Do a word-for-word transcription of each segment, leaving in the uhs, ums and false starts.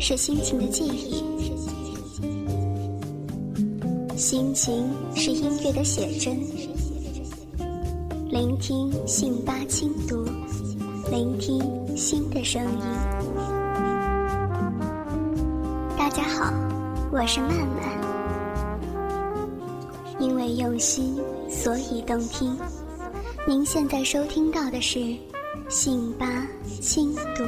是心情的记忆，心情是音乐的写真。聆听信吧轻读，聆听心的声音。大家好，我是曼曼。因为用心，所以动听。您现在收听到的是信吧轻读。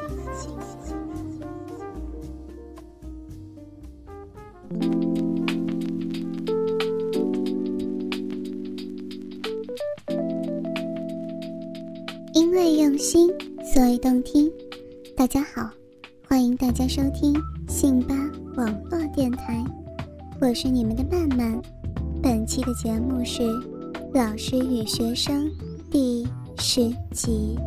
因为用心，所以动听。大家好，欢迎大家收听信吧网络电台，我是你们的曼曼。本期的节目是老师与学生第十集。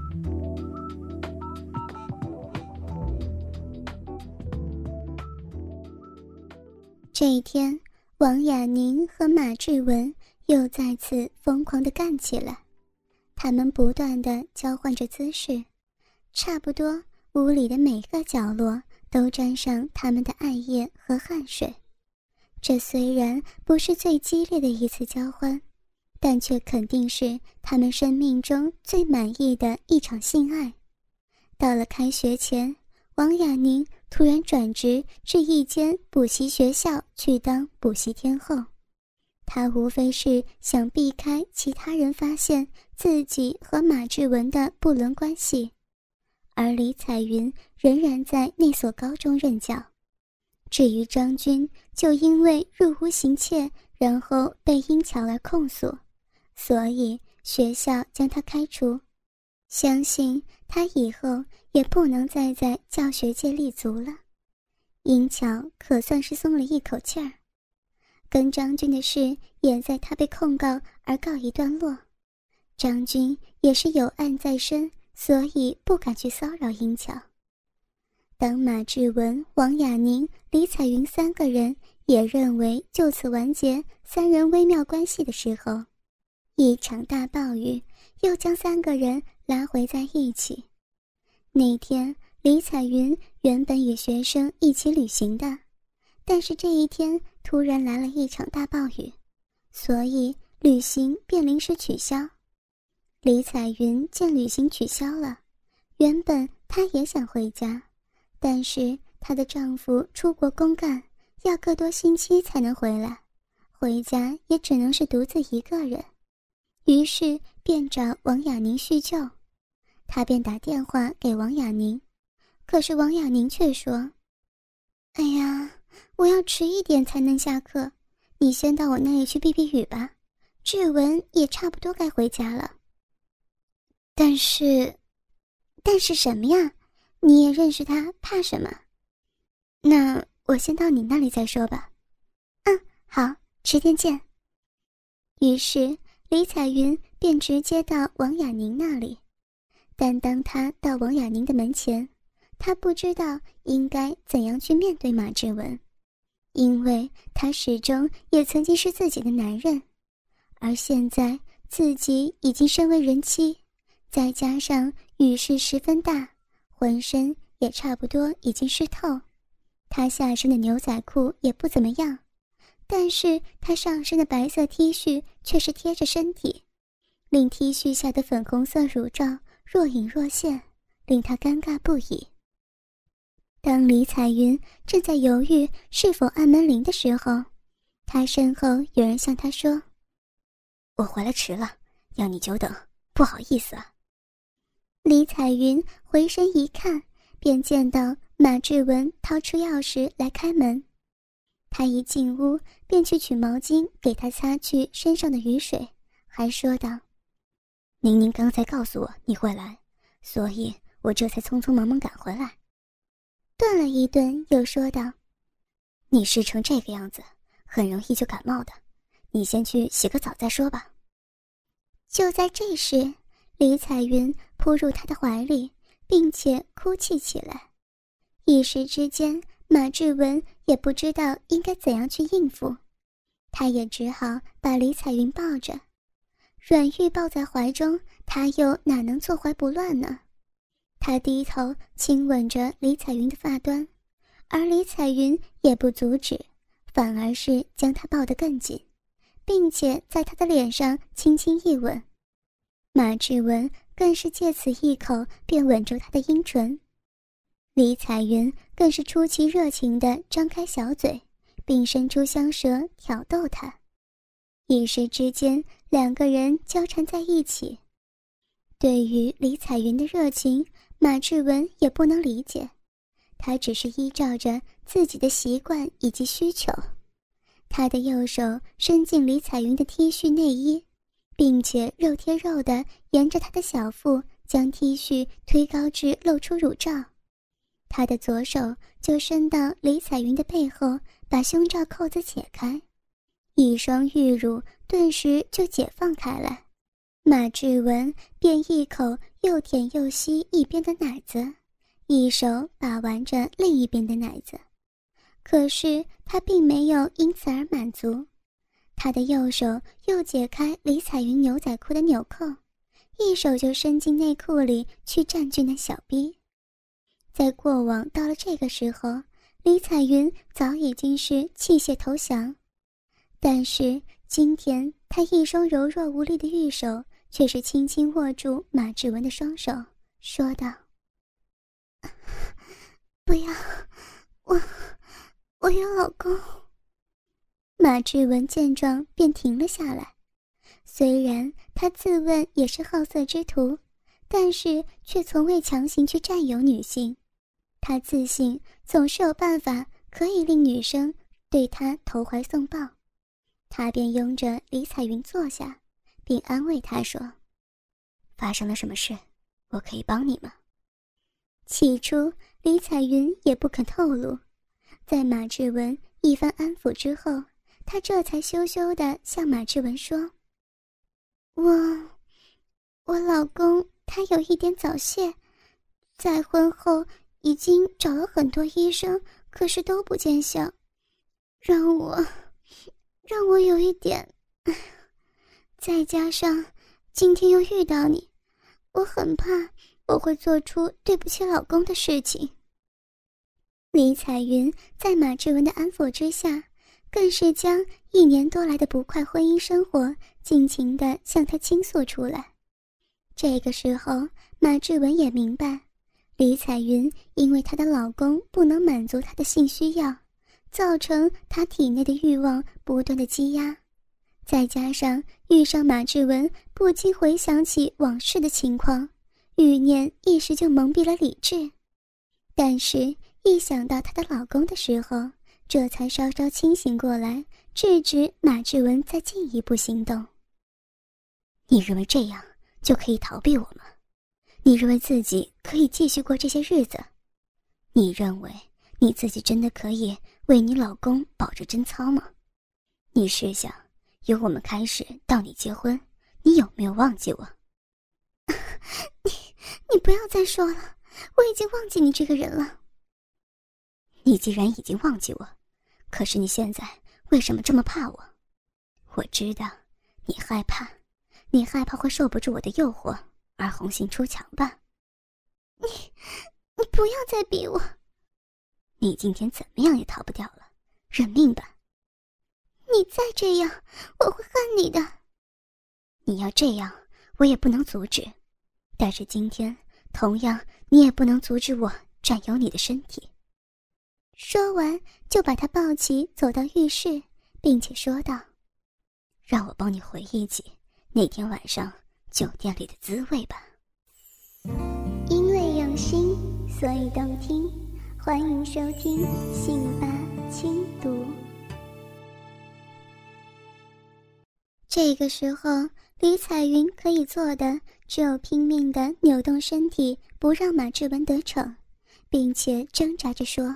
这一天，王雅宁和马志文又再次疯狂地干起来。他们不断地交换着姿势，差不多屋里的每个角落都沾上他们的艾叶和汗水。这虽然不是最激烈的一次交欢，但却肯定是他们生命中最满意的一场性爱。到了开学前，王雅宁突然转职至一间补习学校去当补习天后。他无非是想避开其他人发现自己和马志文的不伦关系，而李彩云仍然在那所高中任教。至于张军，就因为入屋行窃，然后被阴巧而控诉，所以学校将他开除。相信他以后也不能再在教学界立足了。阴巧可算是松了一口气儿。跟张军的事也在他被控告而告一段落。张军也是有案在身，所以不敢去骚扰阴巧。当马志文、王雅宁、李彩云三个人也认为就此完结三人微妙关系的时候，一场大暴雨又将三个人拉回在一起。那天李彩云原本与学生一起旅行的，但是这一天突然来了一场大暴雨，所以旅行便临时取消。李彩云见旅行取消了，原本她也想回家，但是她的丈夫出国公干，要个多星期才能回来，回家也只能是独自一个人。于是便找王雅宁叙旧，她便打电话给王雅宁，可是王雅宁却说：哎呀，我要迟一点才能下课，你先到我那里去避避雨吧，志文也差不多该回家了。但是但是什么呀？你也认识他，怕什么？那我先到你那里再说吧。嗯，好，迟点见。于是李彩云便直接到王雅宁那里，但当他到王雅宁的门前，他不知道应该怎样去面对马志文，因为他始终也曾经是自己的男人，而现在自己已经身为人妻，再加上雨势十分大，浑身也差不多已经湿透。他下身的牛仔裤也不怎么样，但是他上身的白色 T 恤却是贴着身体，令 T 恤下的粉红色乳罩若隐若现，令他尴尬不已。当李彩云正在犹豫是否按门铃的时候，他身后有人向他说：我回来迟了，要你久等，不好意思啊。李彩云回身一看，便见到马志文掏出钥匙来开门。他一进屋便去取毛巾给他擦去身上的雨水，还说道：宁宁刚才告诉我你会来，所以我这才匆匆忙忙赶回来。顿了一顿又说道：你湿成这个样子，很容易就感冒的，你先去洗个澡再说吧。就在这时，李彩云扑入他的怀里，并且哭泣起来。一时之间，马志文也不知道应该怎样去应付，他也只好把李彩云抱着。阮玉抱在怀中，他又哪能坐怀不乱呢？他低头亲吻着李彩云的发端， 而李彩云也不阻止，反而是将他抱得更紧，并且在他的脸上轻轻一吻。马志文更是借此一口便吻住他的阴唇，李彩云更是出奇热情地张开小嘴，并伸出香舌挑逗他。一时之间，两个人交缠在一起。对于李彩云的热情，马志文也不能理解，他只是依照着自己的习惯以及需求。他的右手伸进李彩云的 T 恤内衣，并且肉贴肉地沿着她的小腹将 T 恤推高至露出乳罩。他的左手就伸到李彩云的背后，把胸罩扣子解开，一双玉乳顿时就解放开来。马志文便一口又舔又吸一边的奶子，一手把玩着另一边的奶子。可是他并没有因此而满足，他的右手又解开李彩云牛仔裤的纽扣，一手就伸进内裤里去占据那小逼。在过往到了这个时候，李彩云早已经是弃械投降，但是今天他一双柔弱无力的玉手却是轻轻握住马志文的双手，说道：不要，我我有老公。马志文见状便停了下来，虽然他自问也是好色之徒，但是却从未强行去占有女性。他自信总是有办法可以令女生对他投怀送抱。他便拥着李彩云坐下，并安慰她说：发生了什么事，我可以帮你吗？起初李彩云也不肯透露，在马志文一番安抚之后，她这才羞羞地向马志文说：我我老公他有一点早泄，在婚后已经找了很多医生，可是都不见效，让我让我有一点，再加上今天又遇到你，我很怕我会做出对不起老公的事情。李彩云在马志文的安抚之下，更是将一年多来的不快婚姻生活尽情地向他倾诉出来。这个时候，马志文也明白，李彩云因为她的老公不能满足她的性需要，造成她体内的欲望不断的积压，再加上遇上马志文不禁回想起往事的情况，欲念一时就蒙蔽了理智。但是一想到她的老公的时候，这才稍稍清醒过来，制止马志文再进一步行动。你认为这样就可以逃避我吗？你认为自己可以继续过这些日子？你认为你自己真的可以为你老公保着贞操吗？你试想，由我们开始到你结婚，你有没有忘记我？你你不要再说了，我已经忘记你这个人了。你既然已经忘记我，可是你现在为什么这么怕我？我知道你害怕，你害怕会受不住我的诱惑而红杏出墙吧？你你不要再逼我！你今天怎么样也逃不掉了，认命吧！你再这样，我会恨你的。你要这样，我也不能阻止，但是今天同样你也不能阻止我占有你的身体。说完就把他抱起走到浴室，并且说道：让我帮你回忆起那天晚上酒店里的滋味吧。 因为用心所以动听，欢迎收听信吧轻读。 这个时候李彩云可以做的只有拼命地扭动身体，不让马志文得逞，并且挣扎着说：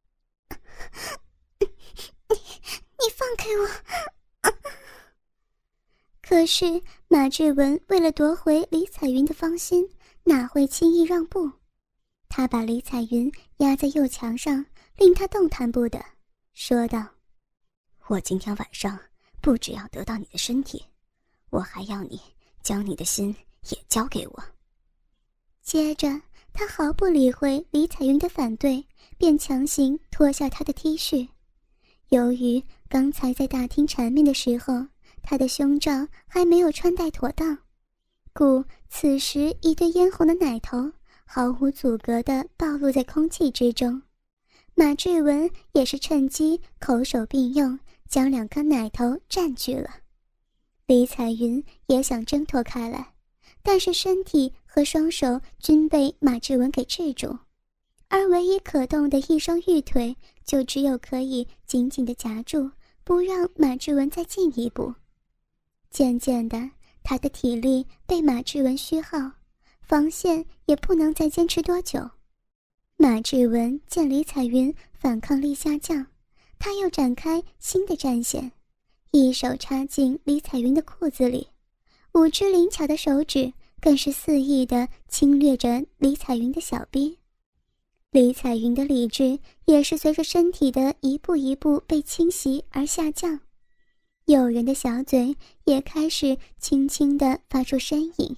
你你放开我！可是马志文为了夺回李彩云的芳心，哪会轻易让步？他把李彩云压在右墙上，令她动弹不得，说道：我今天晚上不只要得到你的身体，我还要你将你的心也交给我。接着他毫不理会李彩云的反对，便强行脱下她的 T 恤。由于刚才在大厅缠绵的时候，她的胸罩还没有穿戴妥当，故此时一对嫣红的奶头毫无阻隔地暴露在空气之中。马志文也是趁机口手并用，将两颗奶头占据了。李彩云也想挣脱开来，但是身体和双手均被马志文给制住，而唯一可动的一双玉腿就只有可以紧紧地夹住，不让马志文再进一步。渐渐的，他的体力被马志文虚耗，防线也不能再坚持多久。马志文见李彩云反抗力下降，他又展开新的战线，一手插进李彩云的裤子里，五只灵巧的手指更是肆意地侵略着李彩云的小臂。李彩云的理智也是随着身体的一步一步被侵袭而下降，诱人的小嘴也开始轻轻地发出呻吟。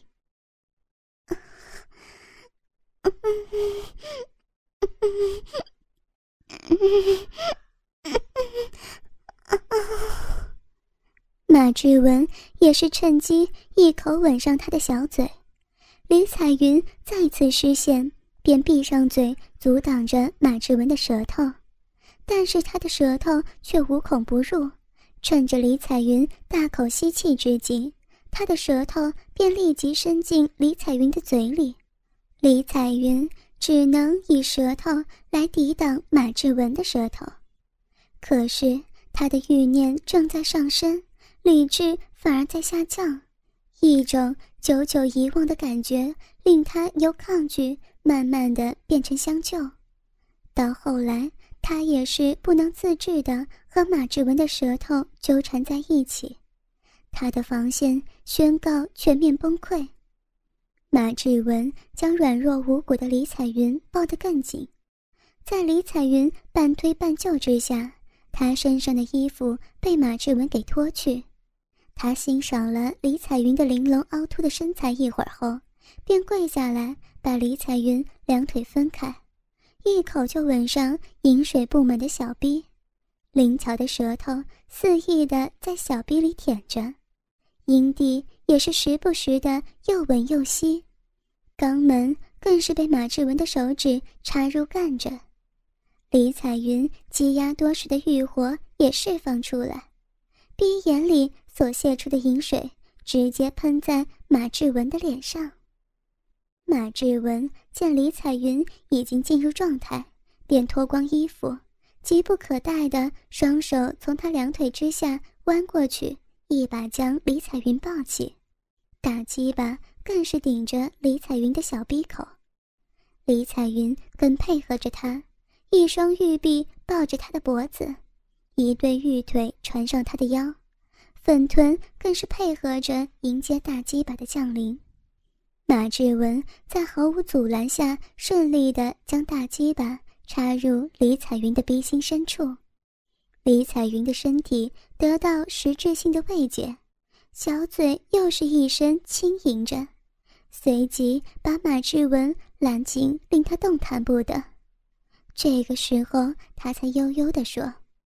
马志文也是趁机一口吻上他的小嘴，李彩云再次失陷，便闭上嘴阻挡着马志文的舌头，但是他的舌头却无孔不入，趁着李彩云大口吸气之际，他的舌头便立即伸进李彩云的嘴里，李彩云只能以舌头来抵挡马志文的舌头。可是他的欲念正在上升，理智反而在下降，一种久久遗忘的感觉令他由抗拒慢慢的变成相救。到后来，他也是不能自制的和马志文的舌头纠缠在一起，他的防线宣告全面崩溃。马志文将软弱无骨的李彩云抱得更紧，在李彩云半推半就之下，他身上的衣服被马志文给脱去。他欣赏了李彩云的玲珑凹凸的身材一会儿后，便跪下来把李彩云两腿分开，一口就吻上饮水布满的小臂，灵巧的舌头肆意地在小臂里舔着，阴蒂也是时不时的又吻又吸，肛门更是被马志文的手指插入干着。李彩云积压多时的欲火也释放出来，鼻眼里所泄出的饮水直接喷在马志文的脸上。马志文见李彩云已经进入状态，便脱光衣服，急不可待地双手从她两腿之下弯过去，一把将李彩云抱起，大鸡巴更是顶着李彩云的小鼻口。李彩云更配合着他，一双玉臂抱着他的脖子，一对玉腿传上他的腰，粉臀更是配合着迎接大鸡巴的降临。马志文在毫无阻拦下顺利地将大鸡巴插入李彩云的鼻心深处，李彩云的身体得到实质性的慰藉，小嘴又是一声轻吟着，随即把马志文揽紧，令他动弹不得。这个时候他才悠悠地说：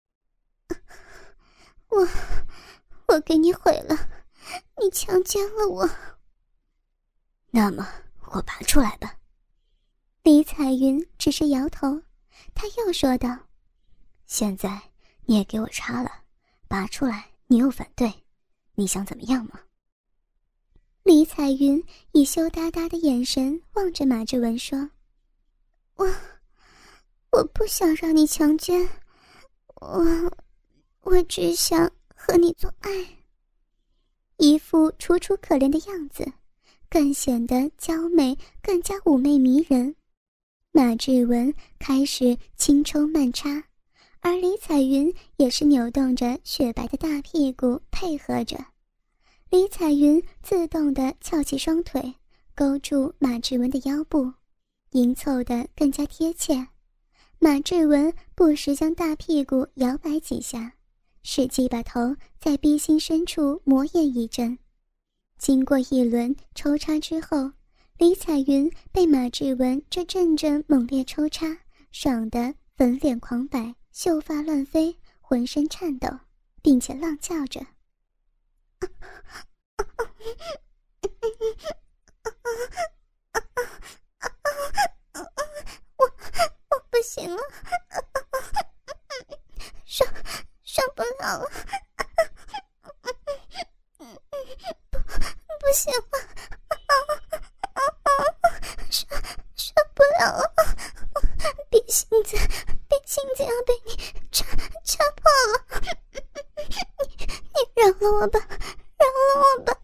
我我给你毁了，你强奸了我。 那么我拔出来吧。 李彩云只是摇头，他又说道： 现在你也给我插了，拔出来你又反对，你想怎么样吗？ 李彩云以羞答答的眼神望着马志文说：我我不想让你强奸，我我只想和你做爱。一副楚楚可怜的样子，更显得娇美，更加妩媚迷人。马志文开始轻抽慢插，而李彩云也是扭动着雪白的大屁股配合着。李彩云自动地翘起双腿，勾住马志文的腰部，迎凑得更加贴切。马志文不时将大屁股摇摆几下，使鸡巴头在逼心深处磨研一阵。经过一轮抽插之后， 李彩云被马志文这阵阵猛烈抽插爽得粉脸狂摆，秀发乱飞，浑身颤抖，并且浪叫着：我我不行了，受受不了了，不不行了，受受不了了，别心子别心子要被你插插破了，你你饶了我吧，饶了我吧。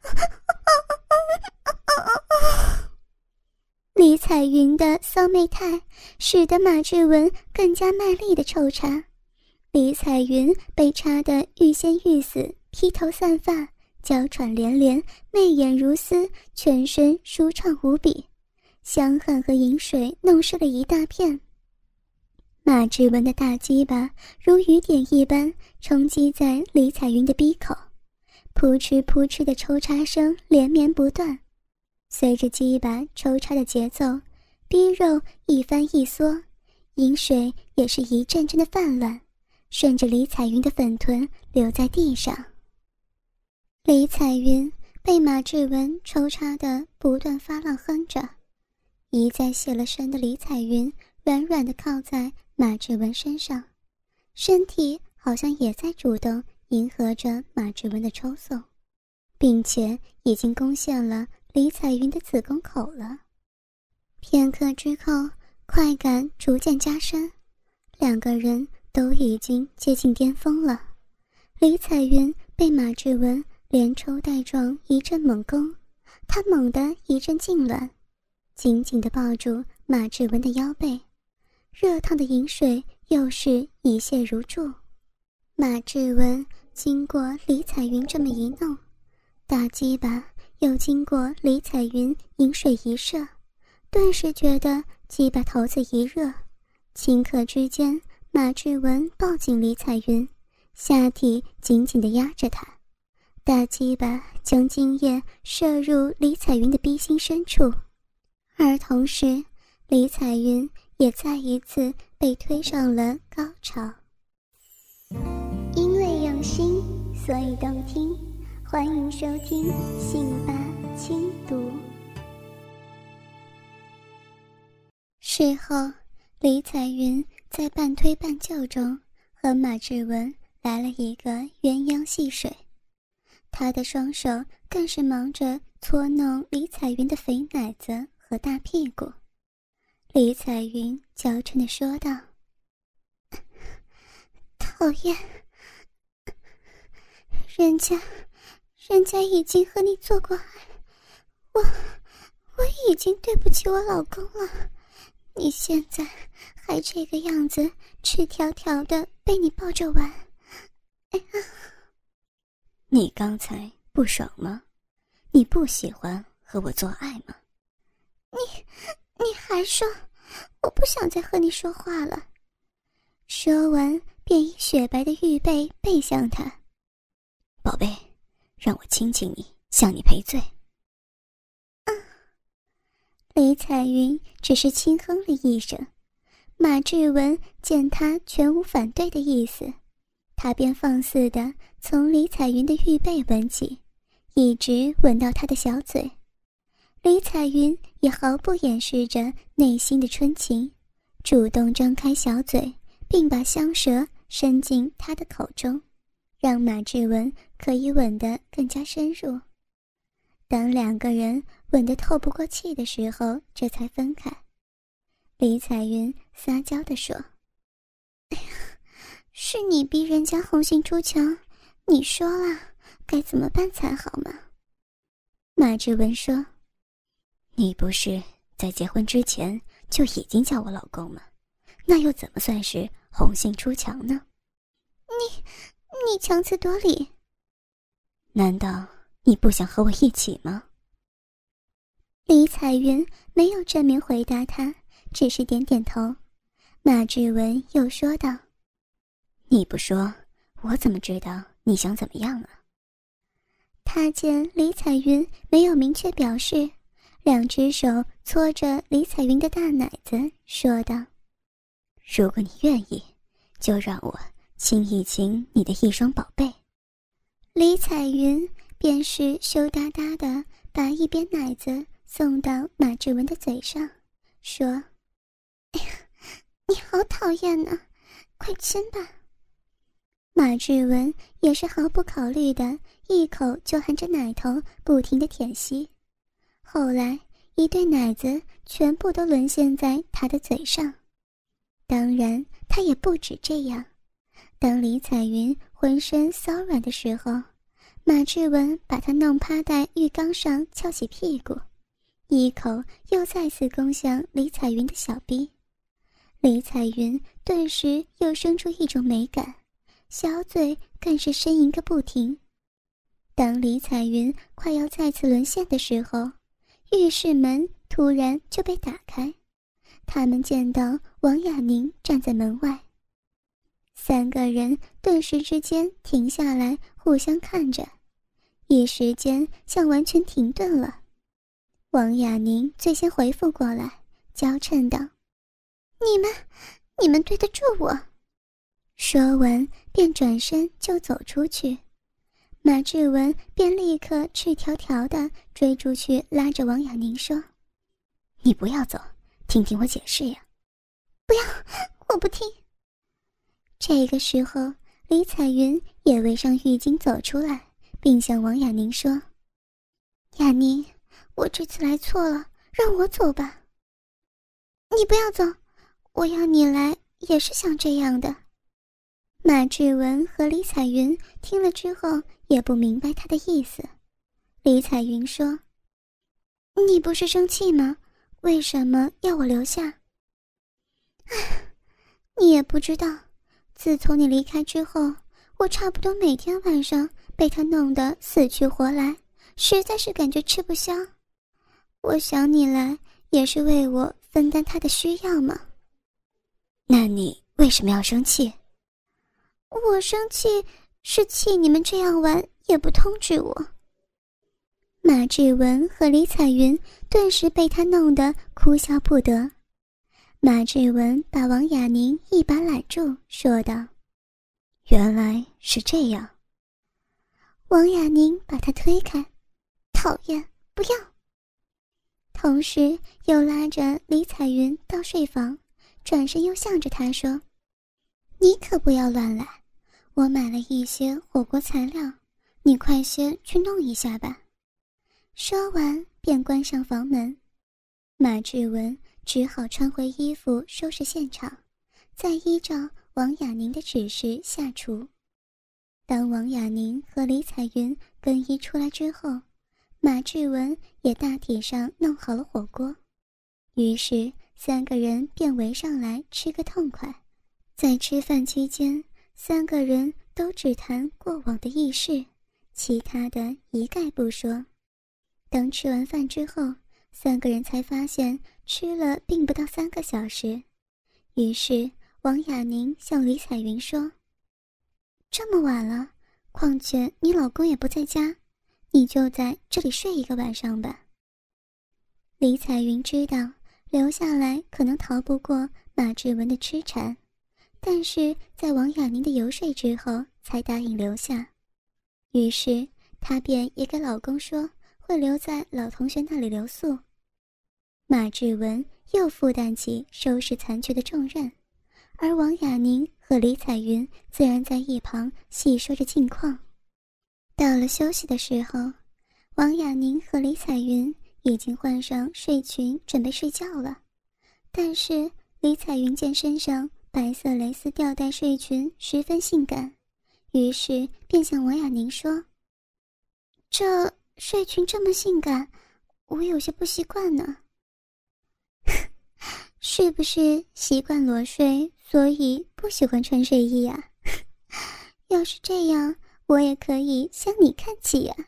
李彩云的骚媚态使得马志文更加卖力的抽插，李彩云被插得欲仙欲死，披头散发，娇喘连连，媚眼如丝，全身舒畅无比，香汗和饮水弄湿了一大片。马志文的大鸡巴如雨点一般冲击在李彩云的鼻口，扑哧扑哧的抽插声连绵不断。随着鸡巴抽插的节奏，逼肉一翻一缩，饮水也是一阵阵的泛滥，顺着李彩云的粉臀流在地上。李彩云被马志文抽插得不断发浪哼着，一再泄了身的李彩云软软地靠在马志文身上，身体好像也在主动迎合着马志文的抽送，并且已经攻陷了李彩云的子宫口了。片刻之后，快感逐渐加深，两个人都已经接近巅峰了。李彩云被马志文连抽带撞一阵猛攻，她猛地一阵痉挛，紧紧地抱住马志文的腰背，热烫的饮水又是一泻如注。马志文经过李彩云这么一弄，大鸡巴又经过李彩云饮水一射，顿时觉得鸡巴头子一热，顷刻之间，马志文抱紧李彩云，下体紧紧地压着她，大鸡巴将精液射入李彩云的逼心深处，而同时李彩云也再一次被推上了高潮。 因为用心，所以动听。欢迎收听信吧轻读。 事后，李彩云在半推半就中和马志文来了一个鸳鸯戏水，他的双手更是忙着搓弄李彩云的肥奶子和大屁股。李彩云娇嗔地说道：讨厌，人家人家已经和你做过爱，我我已经对不起我老公了，你现在还这个样子，赤条条的被你抱着玩。哎呀， 你刚才不爽吗？你不喜欢和我做爱吗？ 你你还说，我不想再和你说话了。说完便以雪白的玉背背向他。 宝贝，让我亲亲你，向你赔罪。 啊！李彩云只是轻哼了一声，马志文见他全无反对的意思，他便放肆地从李彩云的玉背吻起，一直吻到她的小嘴。李彩云也毫不掩饰着内心的春情，主动张开小嘴，并把香舌伸进他的口中，让马志文可以吻得更加深入。当两个人吻得透不过气的时候，这才分开。李彩云撒娇地说：哎呀，是你逼人家红杏出墙，你说啦，该怎么办才好嘛？马志文说： 你不是在结婚之前就已经叫我老公吗？那又怎么算是红杏出墙呢？ 你你强词夺理。 难道你不想和我一起吗？ 李彩云没有正面回答他，只是点点头。马志文又说道： 你不说，我怎么知道你想怎么样啊？ 他见李彩云没有明确表示， 两只手搓着李彩云的大奶子，说道： 如果你愿意，就让我亲一亲你的一双宝贝。 李彩云便是羞答答的把一边奶子送到马志文的嘴上，说：哎呀，你好讨厌呢，快亲吧。马志文也是毫不考虑的，一口就含着奶头不停地舔吸。后来一对奶子全部都沦陷在他的嘴上。当然他也不止这样，当李彩云浑身骚软的时候，马志文把她弄趴在浴缸上，翘起屁股，一口又再次攻向李彩云的小臂。李彩云顿时又生出一种美感，小嘴更是呻吟个不停。当李彩云快要再次沦陷的时候，浴室门突然就被打开，他们见到王雅宁站在门外。三个人顿时之间停下来，互相看着，一时间像完全停顿了。王雅宁最先回复过来，娇嗔道：你们你们对得住我？说完便转身就走出去。马志文便立刻赤条条地追出去，拉着王雅宁说： 你不要走，听听我解释呀。 不要，我不听。这个时候李彩云也围上浴巾走出来，并向王雅宁说：雅宁，我这次来错了，让我走吧。你不要走，我要你来也是想这样的。马志文和李彩云听了之后也不明白他的意思。李彩云说：你不是生气吗？为什么要我留下？唉，你也不知道，自从你离开之后，我差不多每天晚上被他弄得死去活来，实在是感觉吃不消。我想你来也是为我分担他的需要嘛。 那你为什么要生气？ 我生气是气你们这样玩也不通知我。马志文和李彩云顿时被他弄得哭笑不得。马志文把王雅宁一把揽住，说道： 原来是这样。 王雅宁把他推开，讨厌，不要。同时又拉着李彩云到睡房，转身又向着他说：你可不要乱来，我买了一些火锅材料，你快些去弄一下吧。说完便关上房门。马志文只好穿回衣服收拾现场，再依照王雅宁的指示下厨。当王雅宁和李彩云更衣出来之后，马志文也大体上弄好了火锅，于是三个人便围上来吃个痛快。在吃饭期间，三个人都只谈过往的轶事，其他的一概不说。等吃完饭之后，三个人才发现吃了并不到三个小时。于是王雅宁向李彩云说：这么晚了，况且你老公也不在家，你就在这里睡一个晚上吧。李彩云知道留下来可能逃不过马志文的痴缠，但是在王雅宁的游说之后才答应留下。于是她便也给老公说会留在老同学那里留宿。马志文又负担起收拾残局的重任，而王雅宁和李彩云自然在一旁细说着近况。到了休息的时候，王雅宁和李彩云已经换上睡裙准备睡觉了，但是李彩云见身上白色蕾丝吊带睡裙十分性感，于是便向王雅宁说：这睡裙这么性感，我有些不习惯呢。是不是习惯裸睡，所以不喜欢穿睡衣啊？要是这样，我也可以向你看齐呀。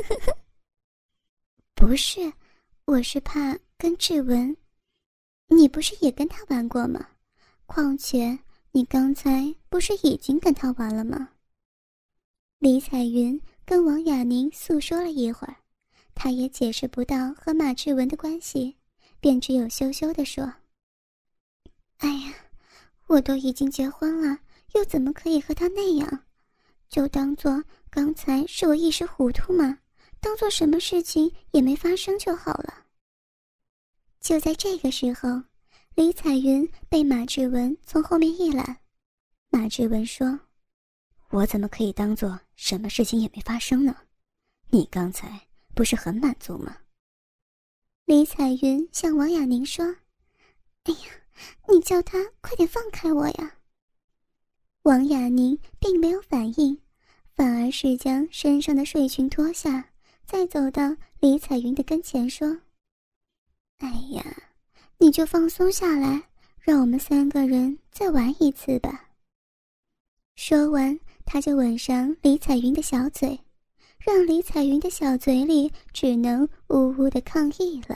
不是，我是怕跟志文，你不是也跟他玩过吗？况且你刚才不是已经跟他玩了吗？李彩云跟王雅宁诉说了一会儿， 他也解释不到和马志文的关系，便只有羞羞地说：哎呀，我都已经结婚了，又怎么可以和他那样？就当作刚才是我一时糊涂嘛，当作什么事情也没发生就好了。就在这个时候，李彩云被马志文从后面一揽。马志文说： 我怎么可以当作什么事情也没发生呢？你刚才不是很满足吗？ 李彩云向王雅宁说：哎呀，你叫他快点放开我呀。王雅宁并没有反应，反而是将身上的睡裙脱下，再走到李彩云的跟前说：哎呀，你就放松下来，让我们三个人再玩一次吧。说完，他就吻上李彩云的小嘴，让李彩云的小嘴里只能呜呜的抗议了。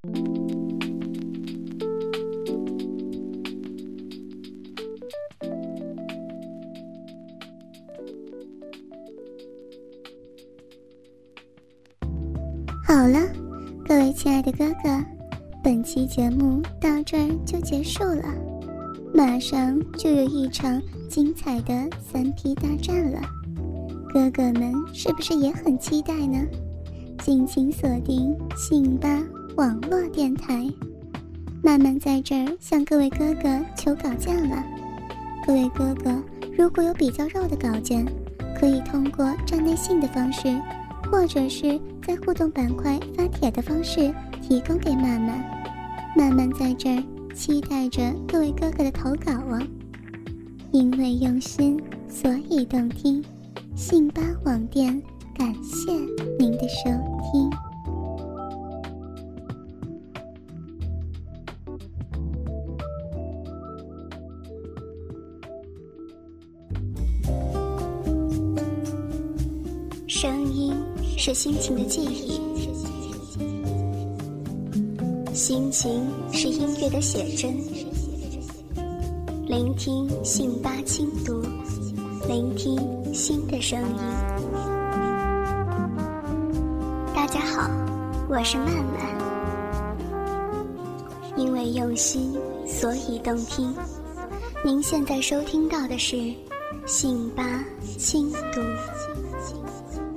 好了，各位亲爱的哥哥，本期节目到这儿就结束了，马上就有一场精彩的三 P 大战了，哥哥们是不是也很期待呢？敬请锁定信吧网络电台，慢慢在这儿向各位哥哥求稿件了。各位哥哥如果有比较肉的稿件，可以通过站内信的方式，或者是在互动板块发帖的方式提供给曼曼。曼曼在这儿期待着各位哥哥的投稿哦。因为用心，所以动听。信吧网店感谢您的收听。 声音是心情的记忆，心情是音乐的写真。聆听信吧轻读，聆听新的声音。大家好，我是曼曼。因为用心，所以动听。您现在收听到的是信吧轻读。